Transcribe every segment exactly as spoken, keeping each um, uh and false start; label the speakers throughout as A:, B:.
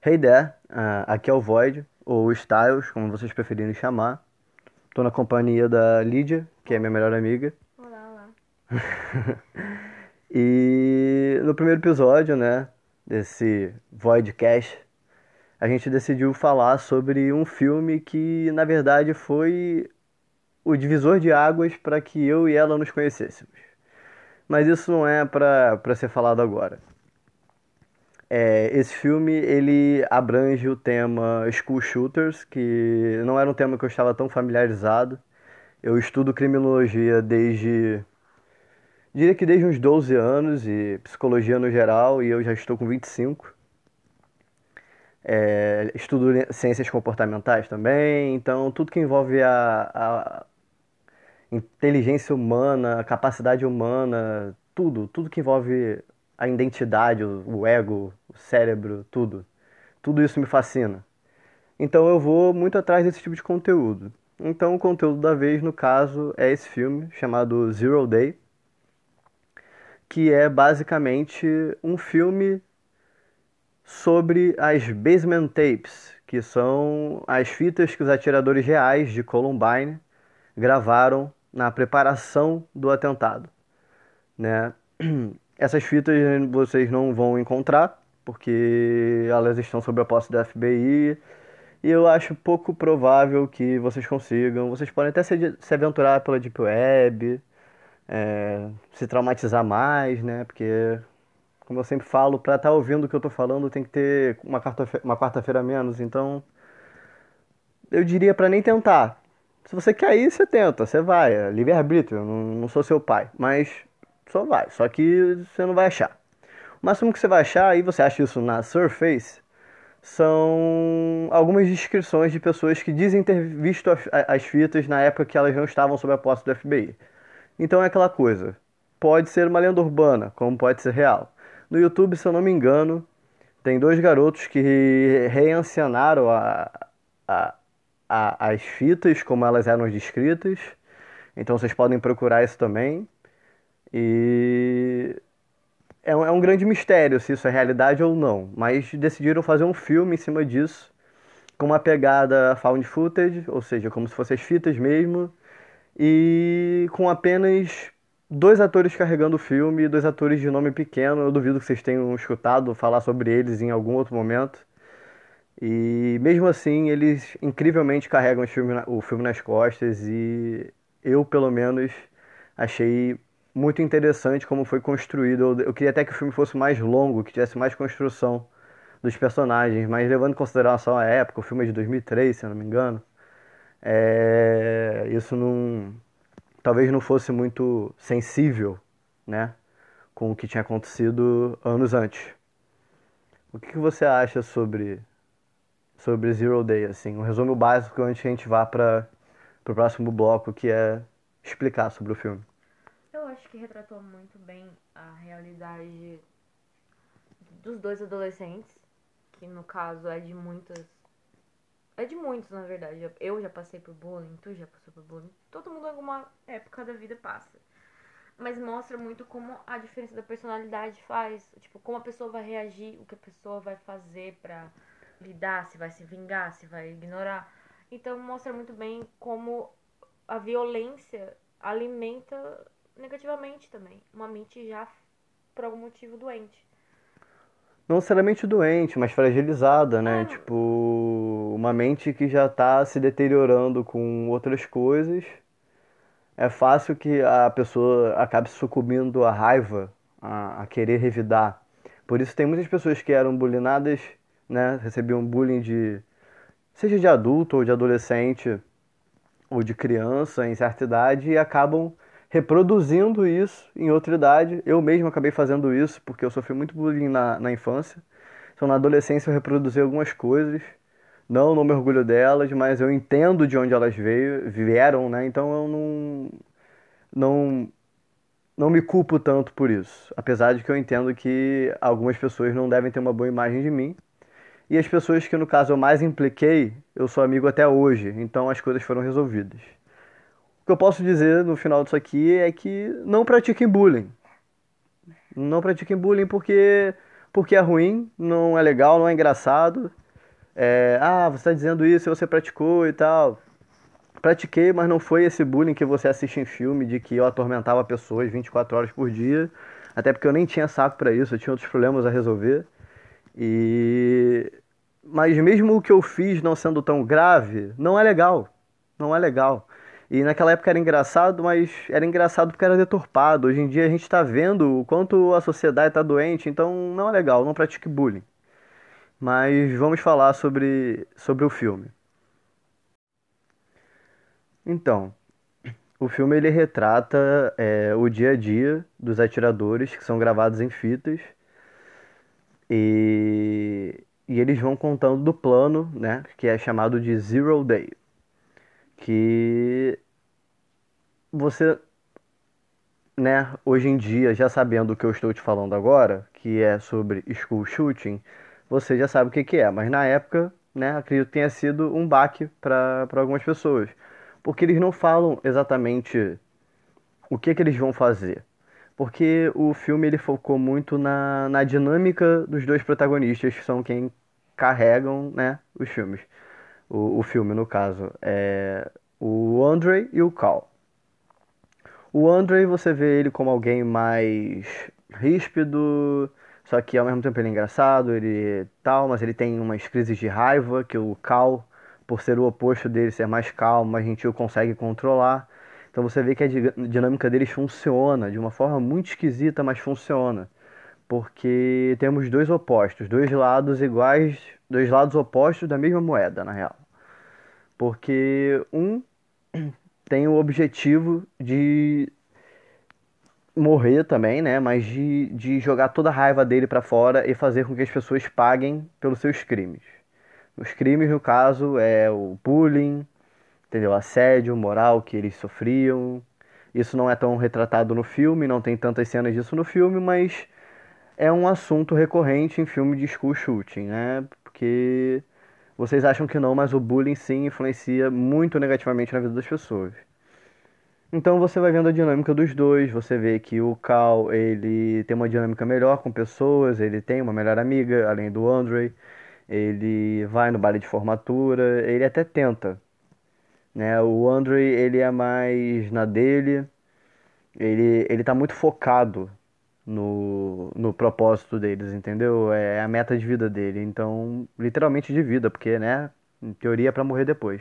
A: Hey there, ah, aqui é o Void, ou Styles, como vocês preferirem chamar. Tô na companhia da Lídia, que é minha melhor amiga.
B: Olá, olá.
A: E no primeiro episódio, né, desse Voidcast, a gente decidiu falar sobre um filme que, na verdade, foi o divisor de águas para que eu e ela nos conhecêssemos. Mas isso não é para para ser falado agora. É, esse filme ele abrange o tema School Shooters, que não era um tema que eu estava tão familiarizado. Eu estudo criminologia desde, diria que desde uns doze anos e psicologia no geral, e eu já estou com vinte e cinco. É, estudo ciências comportamentais também, então tudo que envolve a, a inteligência humana, a capacidade humana, tudo, tudo que envolve a identidade, o, o ego, o cérebro, tudo. Tudo isso me fascina. Então eu vou muito atrás desse tipo de conteúdo. Então o conteúdo da vez, no caso, é esse filme chamado Zero Day, que é basicamente um filme sobre as basement tapes, que são as fitas que os atiradores reais de Columbine gravaram na preparação do atentado, né? Essas fitas vocês não vão encontrar, porque elas estão sob a posse da F B I. E eu acho pouco provável que vocês consigam. Vocês podem até se, se aventurar pela Deep Web, é, se traumatizar mais, né? Porque, como eu sempre falo, para estar ouvindo o que eu tô falando tem que ter uma quarta-feira uma quarta-feira a menos. Então, eu diria para nem tentar. Se você quer ir, você tenta, você vai. É livre-arbítrio, eu não, não sou seu pai. Mas só vai. Só que você não vai achar. O máximo que você vai achar, aí você acha isso na Surface, são algumas descrições de pessoas que dizem ter visto as fitas na época que elas não estavam sob a posse do F B I. Então é aquela coisa. Pode ser uma lenda urbana, como pode ser real. No YouTube, se eu não me engano, tem dois garotos que reencenaram a, a, a, as fitas como elas eram descritas. Então vocês podem procurar isso também. E é um, é um grande mistério se isso é realidade ou não. Mas decidiram fazer um filme em cima disso com uma pegada found footage, ou seja, como se fossem as fitas mesmo, e com apenas dois atores carregando o filme, dois atores de nome pequeno. Eu duvido que vocês tenham escutado falar sobre eles em algum outro momento. E mesmo assim, eles incrivelmente carregam o filme, o filme nas costas e eu, pelo menos, achei muito interessante como foi construído. Eu, eu queria até que o filme fosse mais longo, que tivesse mais construção dos personagens, mas levando em consideração a época, o filme é de dois mil e três, se eu não me engano, é, isso não, talvez não fosse muito sensível, né, com o que tinha acontecido anos antes. O que que você acha sobre sobre Zero Day, assim, um resumo básico antes que a gente vá para o próximo bloco, que é explicar sobre o filme.
B: Eu acho que retratou muito bem a realidade dos dois adolescentes, que no caso é de muitas. É de muitos, na verdade. Eu já passei por bullying, tu já passou por bullying. Todo mundo em alguma época da vida passa. Mas mostra muito como a diferença da personalidade faz. Tipo, como a pessoa vai reagir, o que a pessoa vai fazer pra lidar, se vai se vingar, se vai ignorar. Então mostra muito bem como a violência alimenta negativamente também uma mente já por algum motivo doente.
A: Não necessariamente doente, mas fragilizada, né?
B: É,
A: Tipo, uma mente que já tá se deteriorando com outras coisas. É fácil que a pessoa acabe sucumbindo à raiva, a, a querer revidar. Por isso tem muitas pessoas que eram bulinadas, né? Recebiam bullying de, seja de adulto ou de adolescente, ou de criança em certa idade e acabam reproduzindo isso em outra idade. Eu mesmo acabei fazendo isso porque eu sofri muito bullying na, na infância. Então, na adolescência, eu reproduzi algumas coisas. Não, não me orgulho delas, mas eu entendo de onde elas veio, vieram, né? Então eu não, não, não me culpo tanto por isso. Apesar de que eu entendo que algumas pessoas não devem ter uma boa imagem de mim. E as pessoas que, no caso, eu mais impliquei, eu sou amigo até hoje. Então as coisas foram resolvidas. O que eu posso dizer no final disso aqui é que não pratiquem bullying. Não pratiquem bullying porque porque é ruim, não é legal, não é engraçado. É, ah, você está dizendo isso, você praticou e tal. Pratiquei, mas não foi esse bullying que você assiste em filme, de que eu atormentava pessoas vinte e quatro horas por dia. Até porque eu nem tinha saco pra isso, eu tinha outros problemas a resolver. E mas mesmo o que eu fiz não sendo tão grave, não é legal. Não é legal. E naquela época era engraçado, mas era engraçado porque era deturpado. Hoje em dia a gente está vendo o quanto a sociedade está doente, então não é legal, não pratique bullying. Mas vamos falar sobre, sobre o filme. Então, o filme ele retrata é, o dia a dia dos atiradores que são gravados em fitas e, e eles vão contando do plano, né, que é chamado de Zero Day, que você, né, hoje em dia, já sabendo o que eu estou te falando agora, que é sobre school shooting, você já sabe o que que é, mas na época, né, acredito que tenha sido um baque para para algumas pessoas, porque eles não falam exatamente o que que eles vão fazer. Porque o filme ele focou muito na, na dinâmica dos dois protagonistas, que são quem carregam, né, os filmes. O, o filme, no caso, é o Andre e o Cal. O Andre, você vê ele como alguém mais ríspido, só que ao mesmo tempo ele é engraçado, ele tal, mas ele tem umas crises de raiva que o Cal, por ser o oposto dele, ser mais calmo, mais gentil, consegue controlar. Então você vê que a di- dinâmica deles funciona de uma forma muito esquisita, mas funciona. Porque temos dois opostos, dois lados iguais, dois lados opostos da mesma moeda, na real. Porque um tem o objetivo de morrer também, né? Mas de, de jogar toda a raiva dele pra fora e fazer com que as pessoas paguem pelos seus crimes. Os crimes, no caso, é o bullying, entendeu? Assédio moral que eles sofriam. Isso não é tão retratado no filme, não tem tantas cenas disso no filme, mas é um assunto recorrente em filme de school shooting, né? Porque vocês acham que não, mas o bullying sim influencia muito negativamente na vida das pessoas. Então você vai vendo a dinâmica dos dois, você vê que o Cal, ele tem uma dinâmica melhor com pessoas, ele tem uma melhor amiga, além do Andre, ele vai no baile de formatura, ele até tenta, né? O Andre, ele é mais na dele, ele, ele tá muito focado no, no propósito deles, entendeu? É a meta de vida dele, então, literalmente de vida, porque, né, em teoria é pra morrer depois.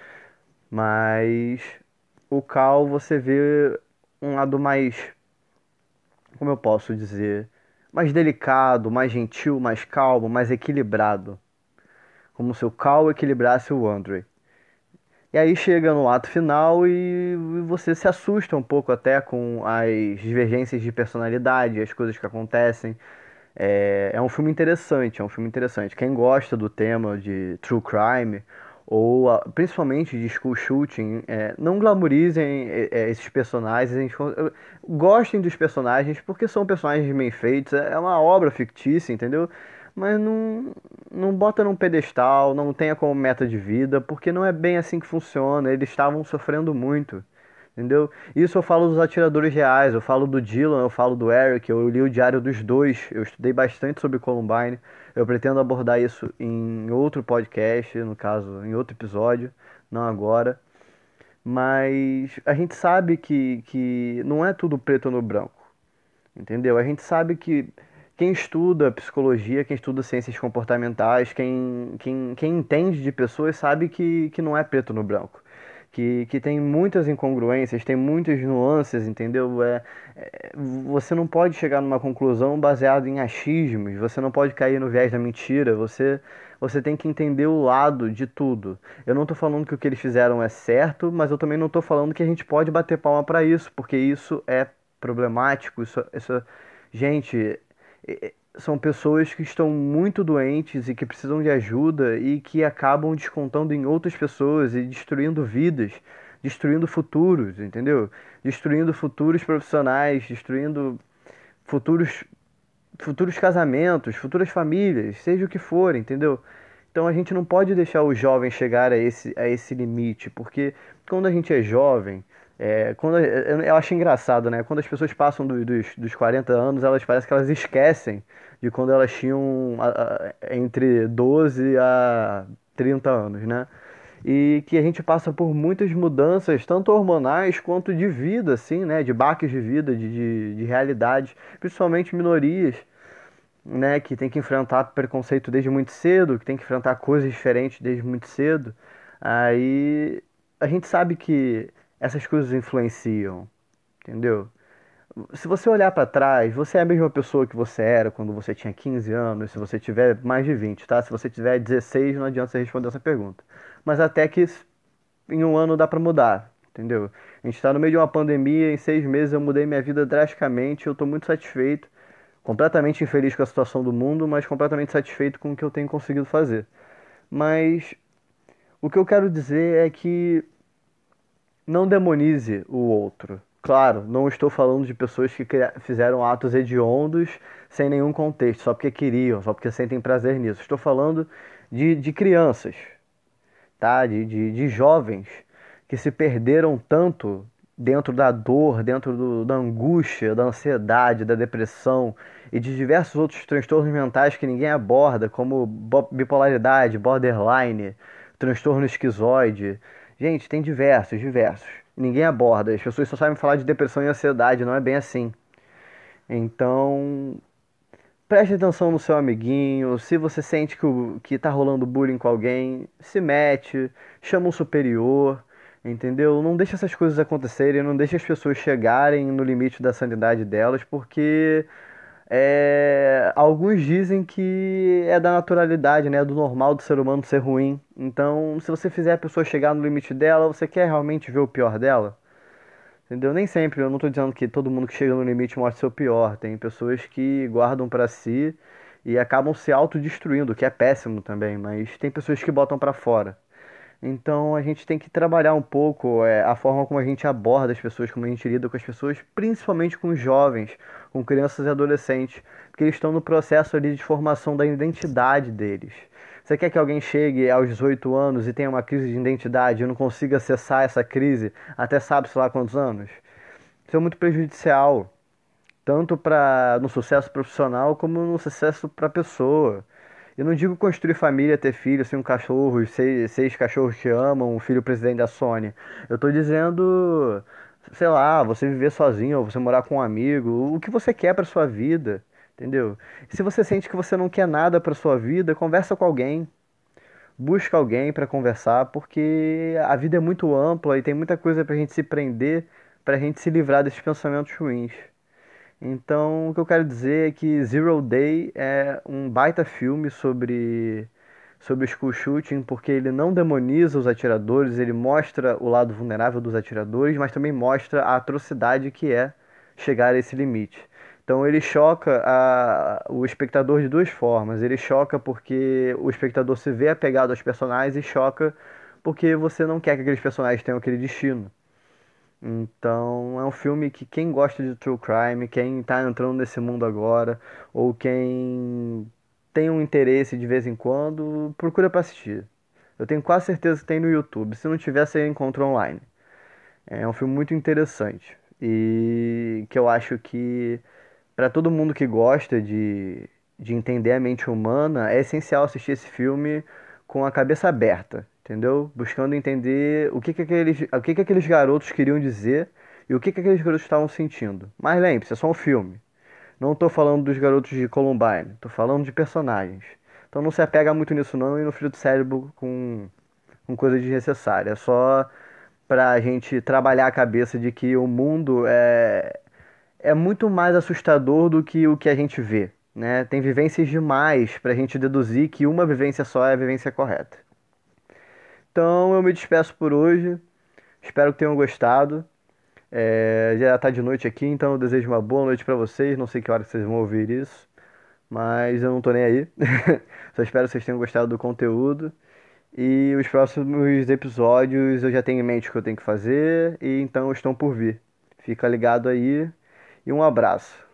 A: Mas o Cal, você vê um lado mais, como eu posso dizer, mais delicado, mais gentil, mais calmo, mais equilibrado. Como se o Cal equilibrasse o Andre. E aí chega no ato final e você se assusta um pouco até com as divergências de personalidade, as coisas que acontecem. É, é um filme interessante, é um filme interessante. Quem gosta do tema de true crime ou ah, principalmente de school shooting, é, não glamourizem é, é, esses personagens. A gente, eu- gostem dos personagens porque são personagens bem feitos. É é uma obra fictícia, entendeu? Mas não, não bota num pedestal, não tenha como meta de vida, porque não é bem assim que funciona. Eles estavam sofrendo muito. Entendeu? Isso eu falo dos atiradores reais, eu falo do Dylan, eu falo do Eric, eu li o diário dos dois, eu estudei bastante sobre Columbine, eu pretendo abordar isso em outro podcast, no caso, em outro episódio, não agora. Mas a gente sabe que, que não é tudo preto no branco, entendeu? A gente sabe que quem estuda psicologia, quem estuda ciências comportamentais, quem, quem, quem entende de pessoas sabe que, que não é preto no branco. Que, que tem muitas incongruências, tem muitas nuances, entendeu? É, é, você não pode chegar numa conclusão baseada em achismos, você não pode cair no viés da mentira, você, você tem que entender o lado de tudo. Eu não estou falando que o que eles fizeram é certo, mas eu também não estou falando que a gente pode bater palma para isso, porque isso é problemático, isso, isso gente, é- é- são pessoas que estão muito doentes e que precisam de ajuda e que acabam descontando em outras pessoas e destruindo vidas, destruindo futuros, entendeu? Destruindo futuros profissionais, destruindo futuros futuros casamentos, futuras famílias, seja o que for, entendeu? Então a gente não pode deixar o jovem chegar a esse, a esse limite, porque quando a gente é jovem, É, quando, eu, eu acho engraçado, né? Quando as pessoas passam do- dos, dos quarenta anos, elas parece que elas esquecem de quando elas tinham a- a- entre doze a trinta anos, né? E que a gente passa por muitas mudanças, tanto hormonais quanto de vida, assim, né? De baques de vida, de, de, de realidade, principalmente minorias, né? Que tem que enfrentar preconceito desde muito cedo, que tem que enfrentar coisas diferentes desde muito cedo. Aí a gente sabe que essas coisas influenciam, entendeu? Se você olhar pra trás, você é a mesma pessoa que você era quando você tinha quinze anos, se você tiver mais de vinte, tá? Se você tiver dezesseis, não adianta você responder essa pergunta. Mas até que em um ano dá pra mudar, entendeu? A gente tá no meio de uma pandemia, em seis meses eu mudei minha vida drasticamente, eu tô muito satisfeito, completamente infeliz com a situação do mundo, mas completamente satisfeito com o que eu tenho conseguido fazer. Mas o que eu quero dizer é que não demonize o outro. Claro, não estou falando de pessoas que cria- fizeram atos hediondos sem nenhum contexto, só porque queriam, só porque sentem prazer nisso. Estou falando de, de crianças, tá? De, de, de jovens que se perderam tanto dentro da dor, dentro do- da angústia, da ansiedade, da depressão e de diversos outros transtornos mentais que ninguém aborda, como bo- bipolaridade, borderline, transtorno esquizoide. Gente, tem diversos, diversos. Ninguém aborda. As pessoas só sabem falar de depressão e ansiedade, não é bem assim. Então, preste atenção no seu amiguinho. Se você sente que, o, que tá rolando bullying com alguém, se mete, chama um superior, entendeu? Não deixa essas coisas acontecerem, não deixa as pessoas chegarem no limite da sanidade delas, porque é, alguns dizem que é da naturalidade, né? Do normal do ser humano ser ruim. Então, se você fizer a pessoa chegar no limite dela, você quer realmente ver o pior dela? Entendeu? Nem sempre, eu não tô dizendo que todo mundo que chega no limite mostra seu pior. Tem pessoas que guardam pra si e acabam se autodestruindo, o que é péssimo também, mas tem pessoas que botam pra fora. Então a gente tem que trabalhar um pouco é, a forma como a gente aborda as pessoas, como a gente lida com as pessoas, principalmente com os jovens, com crianças e adolescentes, porque eles estão no processo ali de formação da identidade deles. Você quer que alguém chegue aos dezoito anos e tenha uma crise de identidade e não consiga acessar essa crise até sabe-se lá quantos anos? Isso é muito prejudicial, tanto para no sucesso profissional como no sucesso para a pessoa. Eu não digo construir família, ter filho, ser um cachorro, seis, seis cachorros te amam, um filho presidente da Sony. Eu tô dizendo, sei lá, você viver sozinho, ou você morar com um amigo, o que você quer pra sua vida, entendeu? E se você sente que você não quer nada pra sua vida, conversa com alguém. Busca alguém pra conversar, porque a vida é muito ampla e tem muita coisa pra gente se prender, pra gente se livrar desses pensamentos ruins. Então, o que eu quero dizer é que Zero Day é um baita filme sobre, sobre o school shooting, porque ele não demoniza os atiradores, ele mostra o lado vulnerável dos atiradores, mas também mostra a atrocidade que é chegar a esse limite. Então, ele choca a, o espectador de duas formas. Ele choca porque o espectador se vê apegado aos personagens e choca porque você não quer que aqueles personagens tenham aquele destino. Então, é um filme que quem gosta de true crime, quem tá entrando nesse mundo agora, ou quem tem um interesse de vez em quando, procura pra assistir. Eu tenho quase certeza que tem no YouTube. Se não tiver, você encontra online. É um filme muito interessante e que eu acho que para todo mundo que gosta de, de entender a mente humana, é essencial assistir esse filme com a cabeça aberta, entendeu? Buscando entender o que que aqueles, o que que aqueles garotos queriam dizer e o que que aqueles garotos estavam sentindo. Mas lembre-se, é só um filme. Não estou falando dos garotos de Columbine, estou falando de personagens. Então não se apega muito nisso não e não frita o cérebro com, com coisa desnecessária. É só pra gente trabalhar a cabeça de que o mundo é, é muito mais assustador do que o que a gente vê, né? Tem vivências demais pra gente deduzir que uma vivência só é a vivência correta. Então eu me despeço por hoje. Espero que tenham gostado. É, já tá de noite aqui, então eu desejo uma boa noite pra vocês. Não sei que hora que vocês vão ouvir isso, mas eu não tô nem aí. Só espero que vocês tenham gostado do conteúdo. E os próximos episódios eu já tenho em mente o que eu tenho que fazer, e então estão por vir. Fica ligado aí e um abraço.